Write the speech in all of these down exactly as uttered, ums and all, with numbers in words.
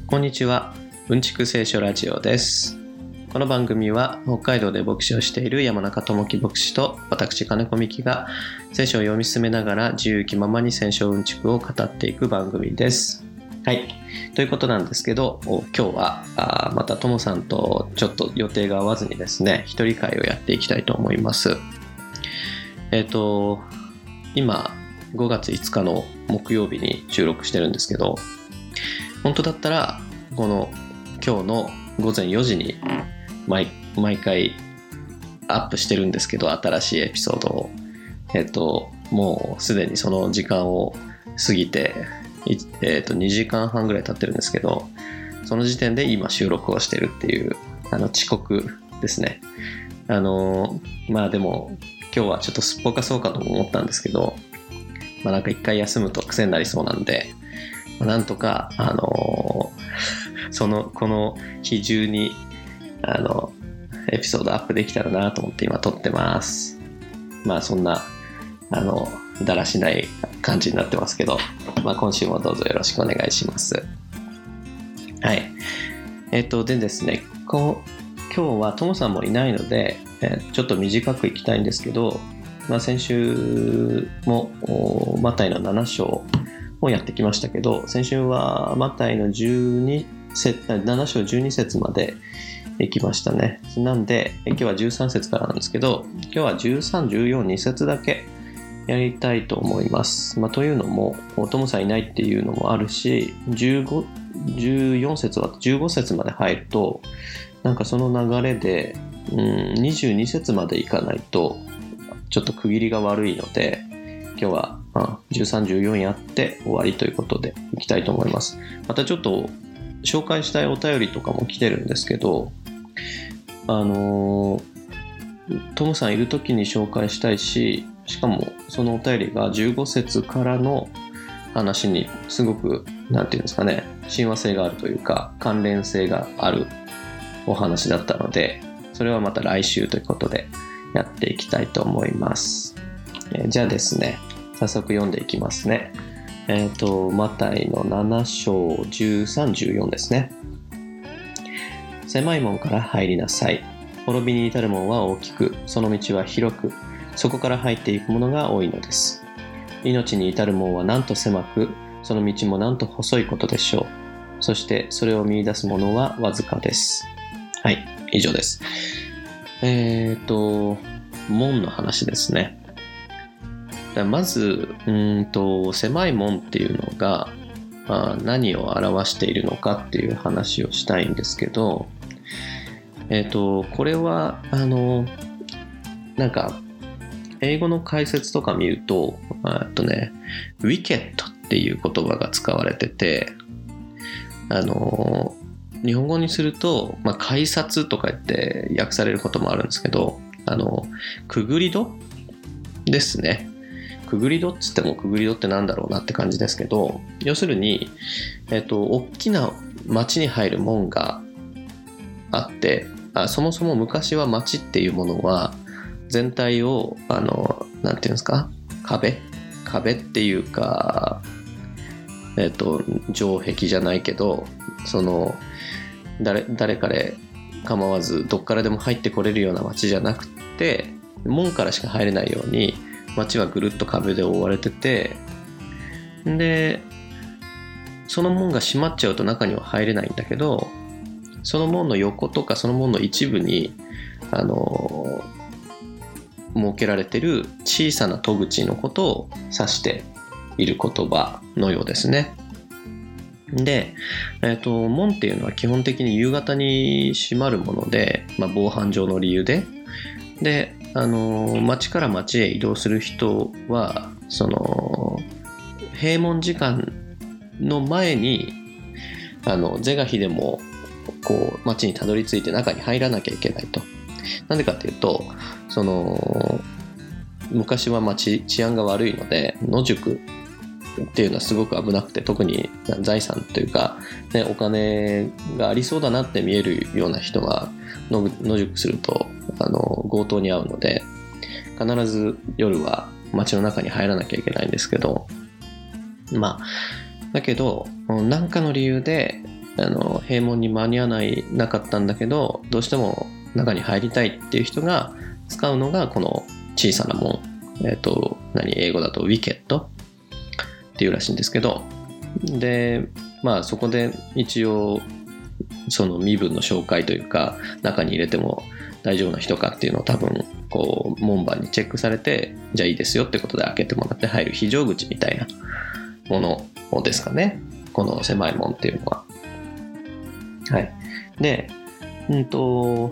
こんにちは。うんちく聖書ラジオです。この番組は北海道で牧師をしている山中智樹牧師と私金子美希が聖書を読み進めながら自由気ままに聖書うんちくを語っていく番組です。はい。ということなんですけど、今日はあまたともさんとちょっと予定が合わずにですね、一人会をやっていきたいと思います。えっと、今ごがついつかの木曜日に収録してるんですけど、本当だったらこの今日のごぜんよじに 毎, 毎回アップしてるんですけど、新しいエピソードをえっともうすでにその時間を過ぎて、えっとにじかんはんぐらい経ってるんですけど、その時点で今収録をしてるっていうあの遅刻ですね。あのまあでも今日はちょっとすっぽかそうかと思ったんですけど、まあなんか一回休むと癖になりそうなんで、なんとか、あのー、そのこの日中にあのエピソードアップできたらなと思って今撮ってます。まあそんなあのだらしない感じになってますけど、まあ、今週もどうぞよろしくお願いします。はい。えっとでですね、こ今日はともさんもいないので、えー、ちょっと短くいきたいんですけど、まあ、先週もマタイのなな章をやってきましたけど、先週はマタイのじゅうに節、なな章じゅうに節まで行きましたね。なんで今日はじゅうさん節からなんですけど、今日はじゅうさん、じゅうよん、に節だけやりたいと思います。まあ、というのもトモさんいないっていうのもあるし、じゅうご、じゅうよん節はじゅうご節まで入るとなんかその流れで、うん、にじゅうに節までいかないとちょっと区切りが悪いので、今日はじゅうさん、じゅうよんやって終わりということでいきたいと思います。またちょっと紹介したいお便りとかも来てるんですけど、あのトムさんいる時に紹介したいし、しかもそのお便りがじゅうご節からの話にすごくなんていうんですかね、親和性があるというか関連性があるお話だったので、それはまた来週ということでやっていきたいと思います。えー、じゃあですね、早速読んでいきますね。えっと、マタイのなな章じゅうさん、じゅうよんですね。狭い門から入りなさい。滅びに至る門は大きく、その道は広く、そこから入っていくものが多いのです。命に至る門はなんと狭く、その道もなんと細いことでしょう。そしてそれを見出すものはわずかです。はい、以上です。えっと、門の話ですね。まずうんと狭い門っていうのが、まあ、何を表しているのかっていう話をしたいんですけど、えっとこれはあのなんか英語の解説とか見ると、あとね、ウィケットっていう言葉が使われてて、あの日本語にすると、まあ、改札とか言って訳されることもあるんですけど、あのくぐり戸ですね。くぐり戸っつってもくぐり戸ってなんだろうなって感じですけど、要するに、えっと、大きな町に入る門があって、あそもそも昔は町っていうものは全体をあのなんていうんですか、壁壁っていうか、えっと城壁じゃないけど、その誰誰彼構わずどっからでも入ってこれるような町じゃなくて、門からしか入れないように街はぐるっと壁で覆われてて、でその門が閉まっちゃうと中には入れないんだけど、その門の横とかその門の一部にあの設けられてる小さな戸口のことを指している言葉のようですね。で、えーと、門っていうのは基本的に夕方に閉まるもので、まあ、防犯上の理由でであの町から町へ移動する人はその閉門時間の前にあの是が非でもこう町にたどり着いて中に入らなきゃいけないと。なんでかっていうと、その昔は町治安が悪いので野宿っていうのはすごく危なくて、特に財産というか、ね、お金がありそうだなって見えるような人が野宿するとあの強盗に遭うので、必ず夜は街の中に入らなきゃいけないんですけど、まあだけど何かの理由であの閉門に間に合わないなかったんだけど、どうしても中に入りたいっていう人が使うのがこの小さな門、えっと何英語だとウィケットっていうらしいんですけど、でまあそこで一応その身分の紹介というか、中に入れても大丈夫な人かっていうのを多分こう門番にチェックされて、じゃあいいですよってことで開けてもらって入る非常口みたいなものですかね、この狭い門っていうのは。はい。で、うんと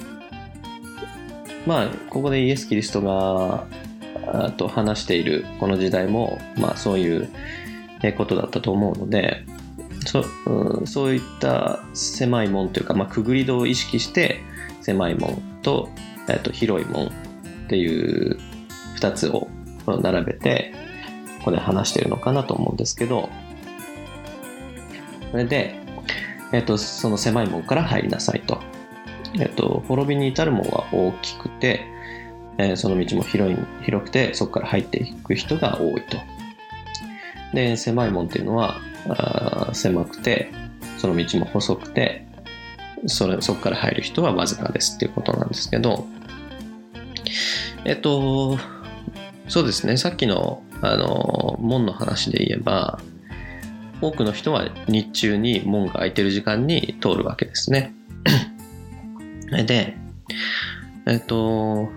まあここでイエス・キリストがあと話しているこの時代もまあそういうことだったと思うので、そ, うん、そういった狭い門というか、まあ、くぐり戸を意識して狭い門と、えー、と広い門っていうふたつを並べてここで話しているのかなと思うんですけど、それで、えー、とその狭い門から入りなさいと、えー、と滅びに至る門は大きくて、えー、その道も広い広くてそこから入っていく人が多いと。で狭い門っていうのはあ狭くてその道も細くて、それそこから入る人はわずかですっていうことなんですけど、えっとそうですね、さっきのあの門の話で言えば、多くの人は日中に門が開いてる時間に通るわけですね。でえっと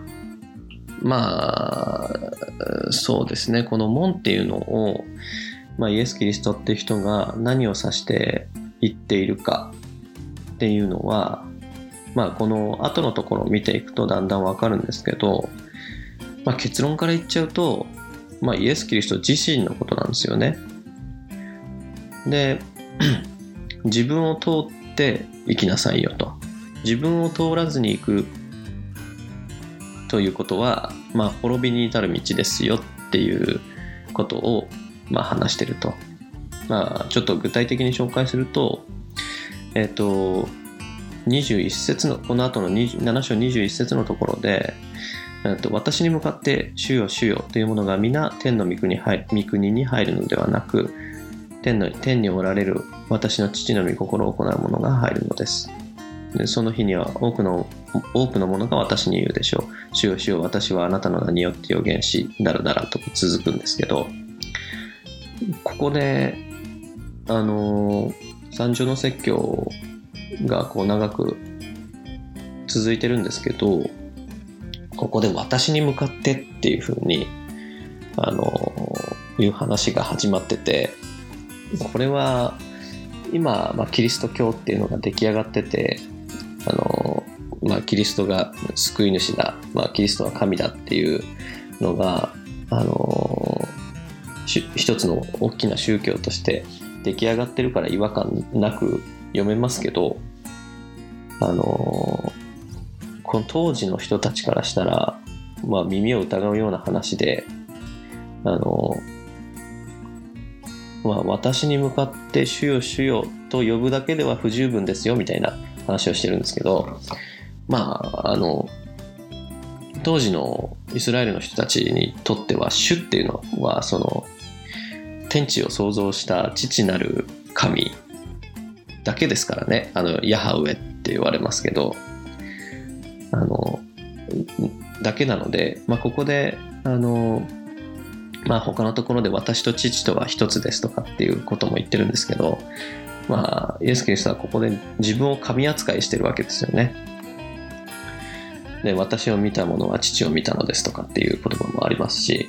まあそうですね、この門っていうのを、まあ、イエス・キリストっていう人が何を指して言っているかっていうのは、まあ、この後のところを見ていくとだんだんわかるんですけど、まあ、結論から言っちゃうと、まあ、イエス・キリスト自身のことなんですよね。で自分を通って生きなさいよと。自分を通らずに行くということは、まあ、滅びに至る道ですよっていうことを、まあ、話してると。まあ、ちょっと具体的に紹介すると、えっと、にじゅういち節の、この後のなな章にじゅういち節のところで、えっと、私に向かって主よ主よというものが皆天の御国に入、御国に入るのではなく、天の、天におられる私の父の御心を行う者が入るのです。でその日には多くの多くの者が私に言うでしょう。主よ主よ私はあなたの名によって予言し、だらだらと続くんですけど、ここであの三条の説教がこう長く続いてるんですけど、ここで私に向かってっていう風にあのいう話が始まってて、これは今、まあ、キリスト教っていうのが出来上がってて、あの、まあ、キリストが救い主だ、まあ、キリストは神だっていうのが、あの、一つの大きな宗教として出来上がってるから違和感なく読めますけど、あの、この当時の人たちからしたら、まあ、耳を疑うような話で、あの、まあ、私に向かって主よ主よと呼ぶだけでは不十分ですよみたいな話をしてるんですけど、まああの当時のイスラエルの人たちにとっては主っていうのはその天地を創造した父なる神だけですからね。あのヤハウエって言われますけど、あのだけなので、まあ、ここであのまあ他のところで私と父とは一つですとかっていうことも言ってるんですけど、まあイエス・キリストはここで自分を神扱いしてるわけですよね。で、私を見た者は父を見たのですとかっていう言葉もありますし、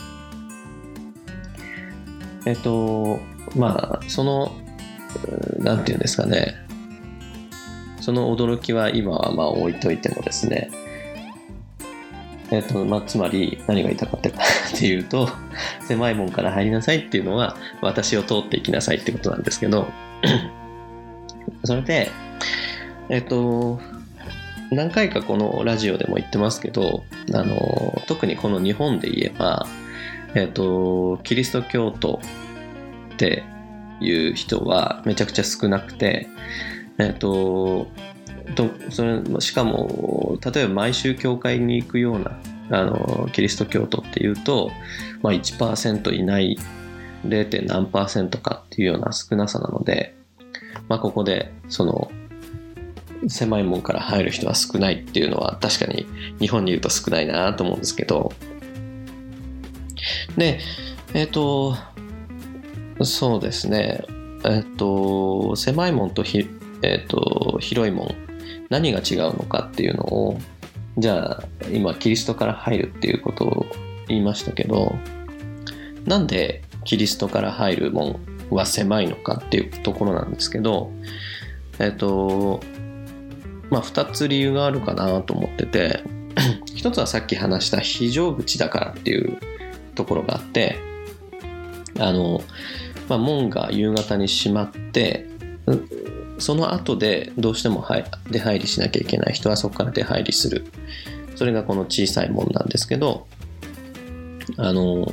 えっとまあそのなんていうんですかね、その驚きは今はまあ置いといてもですね、えっとまあ、つまり何が言いたかったかっていうと、狭い門から入りなさいっていうのは私を通っていきなさいってことなんですけどそれでえっと何回かこのラジオでも言ってますけど、あの特にこの日本で言えば、えっとキリスト教徒っていう人はめちゃくちゃ少なくて、えっととそれしかも例えば毎週教会に行くようなあのキリスト教徒っていうと、まあ、いちパーセント いない ゼロ. 何パーセントかっていうような少なさなので、 まあ、ここでその狭い門から入る人は少ないっていうのは確かに日本にいると少ないなと思うんですけど、でえっとそうですねえっと狭い門とひ、えっと、広い門何が違うのかっていうのを、じゃあ今キリストから入るっていうことを言いましたけど、なんでキリストから入る門は狭いのかっていうところなんですけど、えっとまあふたつ理由があるかなと思ってて、一つはさっき話した非常口だからっていうところがあって、あの、まあ、門が夕方に閉まって、その後でどうしても出入りしなきゃいけない人はそこから出入りする。それがこの小さい門なんですけど、あの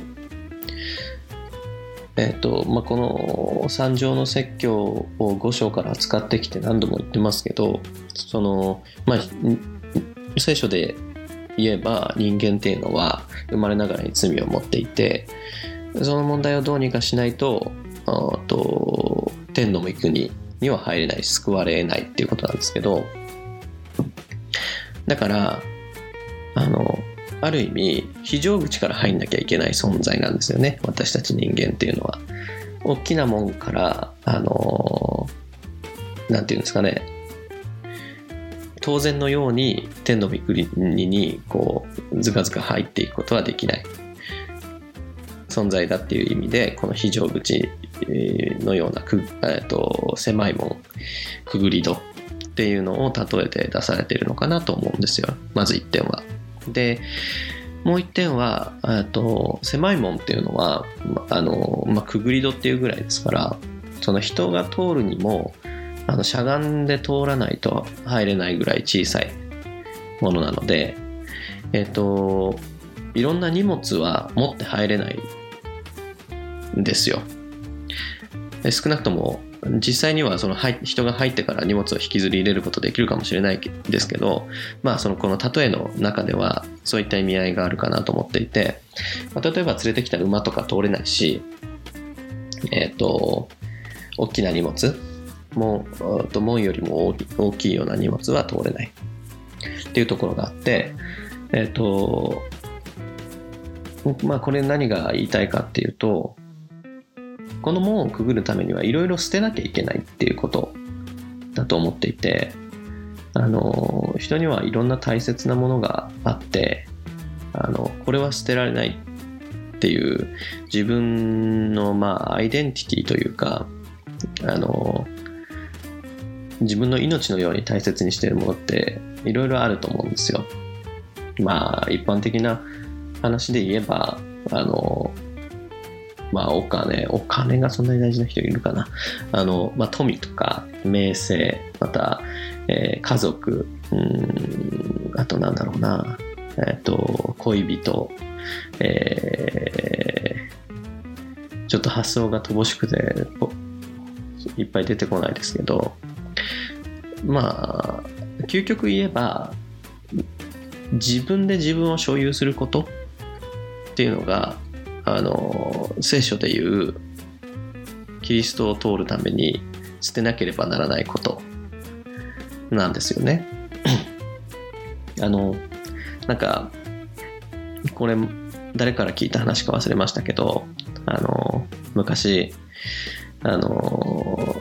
えっとまあ、この三条の説教をご章から扱ってきて何度も言ってますけど、その、まあ、聖書で言えば人間っていうのは生まれながらに罪を持っていて、その問題をどうにかしないと、あと天の御国には入れない、救われないっていうことなんですけど、だからあのある意味非常口から入んなきゃいけない存在なんですよね、私たち人間っていうのは。大きな門からあのなんていうんですかね、当然のように天の御国にこうずかずか入っていくことはできない存在だっていう意味で、この非常口のようなく、えー、と狭い門、くぐり戸っていうのを例えて出されているのかなと思うんですよ、まずいってんは。でもう一点は、と狭い門っていうのはあの、まあ、くぐり戸っていうぐらいですから、その人が通るにもあのしゃがんで通らないと入れないぐらい小さいものなので、えっといろんな荷物は持って入れないんですよ。少なくとも実際にはその人が入ってから荷物を引きずり入れることできるかもしれないですけど、まあそのこの例えの中ではそういった意味合いがあるかなと思っていて、まあ、例えば連れてきた馬とか通れないし、えっと大きな荷物もう門よりも大きいような荷物は通れないっていうところがあって、えっとまあこれ何が言いたいかっていうと、この門をくぐるためにはいろいろ捨てなきゃいけないっていうことだと思っていて、あの人にはいろんな大切なものがあって、あのこれは捨てられないっていう自分のまあアイデンティティというか、あの自分の命のように大切にしているものっていろいろあると思うんですよ。まあ一般的な話で言えば、あのまあお金、お金がそんなに大事な人いるかな。あの、まあ富とか名声、また、えー、家族、うーん、あとなんだろうな、えっと恋人、えー、ちょっと発想が乏しくていっぱい出てこないですけど、まあ究極言えば自分で自分を所有することっていうのが、あの聖書でいうキリストを通るために捨てなければならないことなんですよね。あのなんかこれ誰から聞いた話か忘れましたけど、あの昔あの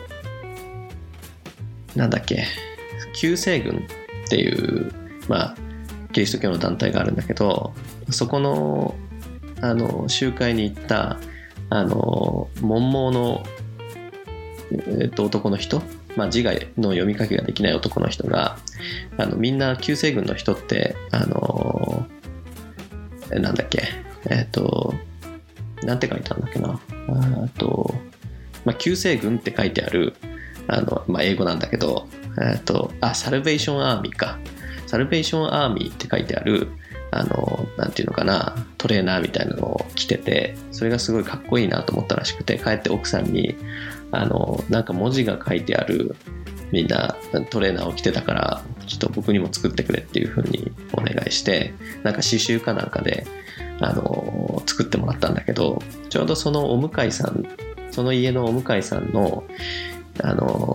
なんだっけ救世軍っていうまあキリスト教の団体があるんだけど、そこのあの集会に行ったあの文盲の、えっと、男の人、まあ、字がの読み書きができない男の人が、あのみんな救世軍の人ってあのなんだっけえっとなんて書いてあるんだっけなあと、まあ、救世軍って書いてあるあの、まあ、英語なんだけど、えっとあサルベーションアーミーかサルベーションアーミーって書いてあるあのなんていうのかなトレーナーみたいなのを着てて、それがすごいかっこいいなと思ったらしくて、帰って奥さんにあのなんか文字が書いてあるみんなトレーナーを着てたからちょっと僕にも作ってくれっていう風にお願いして、なんか刺繍かなんかであの作ってもらったんだけど、ちょうどそのお向かいさんその家のお向かいさんのあの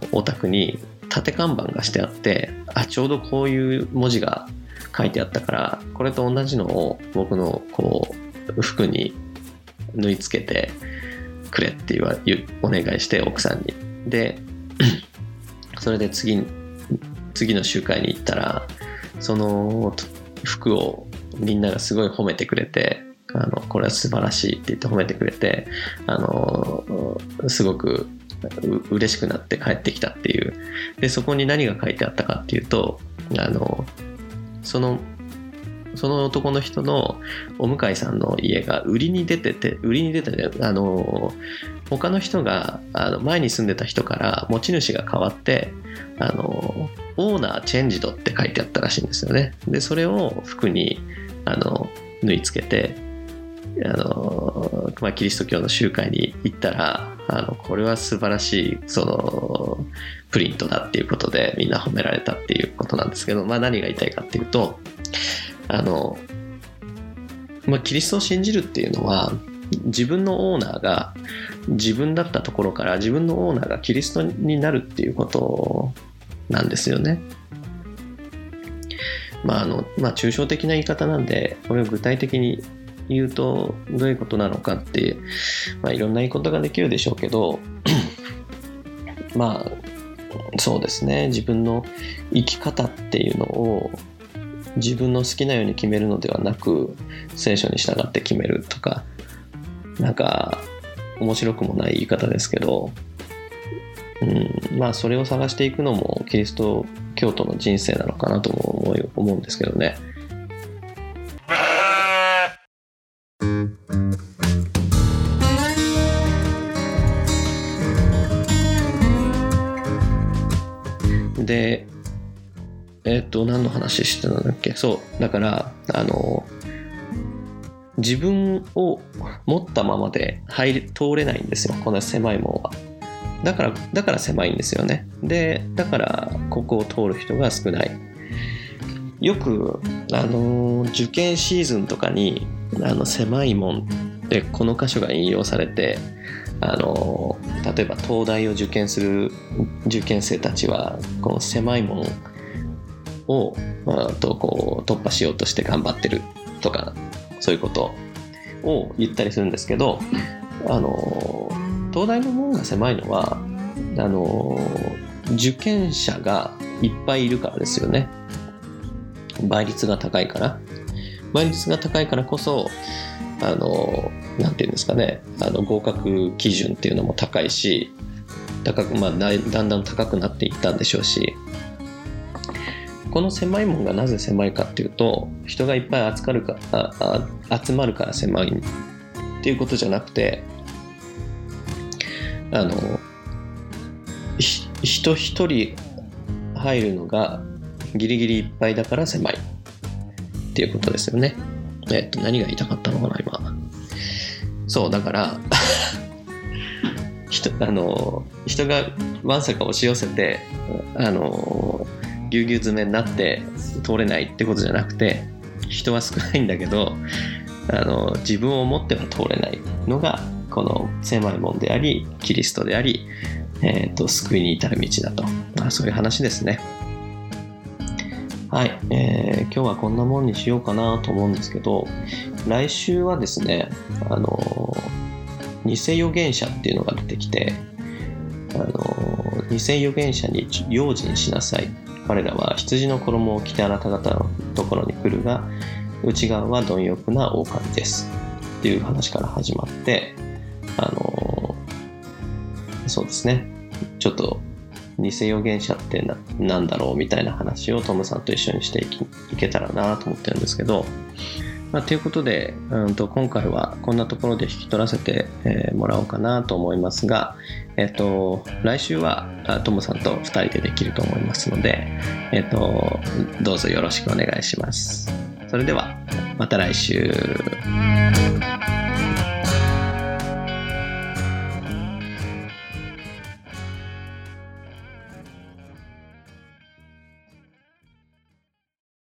お宅に縦看板がしてあって、あちょうどこういう文字が書いてあったからこれと同じのを僕のこう服に縫い付けてくれって言わお願いして奥さんに。でそれで次次の集会に行ったらその服をみんながすごい褒めてくれて、あのこれは素晴らしいって言って褒めてくれて、あのすごくう嬉しくなって帰ってきたっていう。でそこに何が書いてあったかっていうと、あのそのその男の人のお向いさんの家が売りに出てて、売りに出てて、あの他の人があの前に住んでた人から持ち主が変わって、あのオーナーチェンジドって書いてあったらしいんですよね。でそれを服にあの縫い付けて、あの、まあ、キリスト教の集会に行ったら、あのこれは素晴らしいそのプリントだっていうことでみんな褒められたっていうことなんですけど、まあ、何が言いたいかっていうと、あの、まあ、キリストを信じるっていうのは自分のオーナーが自分だったところから自分のオーナーがキリストになるっていうことなんですよね。まああのまあ、抽象的な言い方なんでこれを具体的に言うとどういうことなのかって、まあ、いろんな言い方ができるでしょうけどまあそうですね、自分の生き方っていうのを自分の好きなように決めるのではなく聖書に従って決めるとか、なんか面白くもない言い方ですけど、うん、まあそれを探していくのもキリスト教徒の人生なのかなとも思い思うんですけどね。でえっと何の話してたんだっけ。そうだからあの自分を持ったままで入り通れないんですよ、この狭い門は。だからだから狭いんですよね。でだからここを通る人が少ない。よくあの受験シーズンとかにあの狭い門でこの箇所が引用されて、あの例えば東大を受験する受験生たちはこの狭い門を、まあ、とこう突破しようとして頑張ってるとか、そういうことを言ったりするんですけど、あの東大の門が狭いのはあの受験者がいっぱいいるからですよね。倍率が高いから倍率が高いからこそあのなんていうんですかね、あの合格基準っていうのも高いし、高く、まあ、だ, だんだん高くなっていったんでしょうし、この狭い門がなぜ狭いかっていうと、人がいっぱい集まるかああ集まるから狭いっていうことじゃなくて、あの人一人入るのがギリギリいっぱいだから狭いっていうことですよね。えっと何が言いたかったのかな今。そうだから人あの人がわんさか押し寄せてあのぎゅうぎゅう詰めになって通れないってことじゃなくて、人は少ないんだけどあの自分を持っては通れないのがこの狭い門でありキリストであり、えー、と救いに至る道だと、まあ、そういう話ですね。はい、えー、今日はこんなもんにしようかなと思うんですけど、来週はですね、あの偽預言者っていうのが出てきて、あの偽預言者に用心しなさい、彼らは羊の衣を着てあなた方のところに来るが内側は貪欲な狼ですっていう話から始まって、あのそうですね、ちょっと偽預言者ってななんだろうみたいな話をトムさんと一緒にしてい, きいけたらなと思ってるんですけど、まあ、ということで、うん、と今回はこんなところで引き取らせて、えー、もらおうかなと思いますが、えー、と来週はトムさんとふたりでできると思いますので、えー、とどうぞよろしくお願いします。それではまた来週。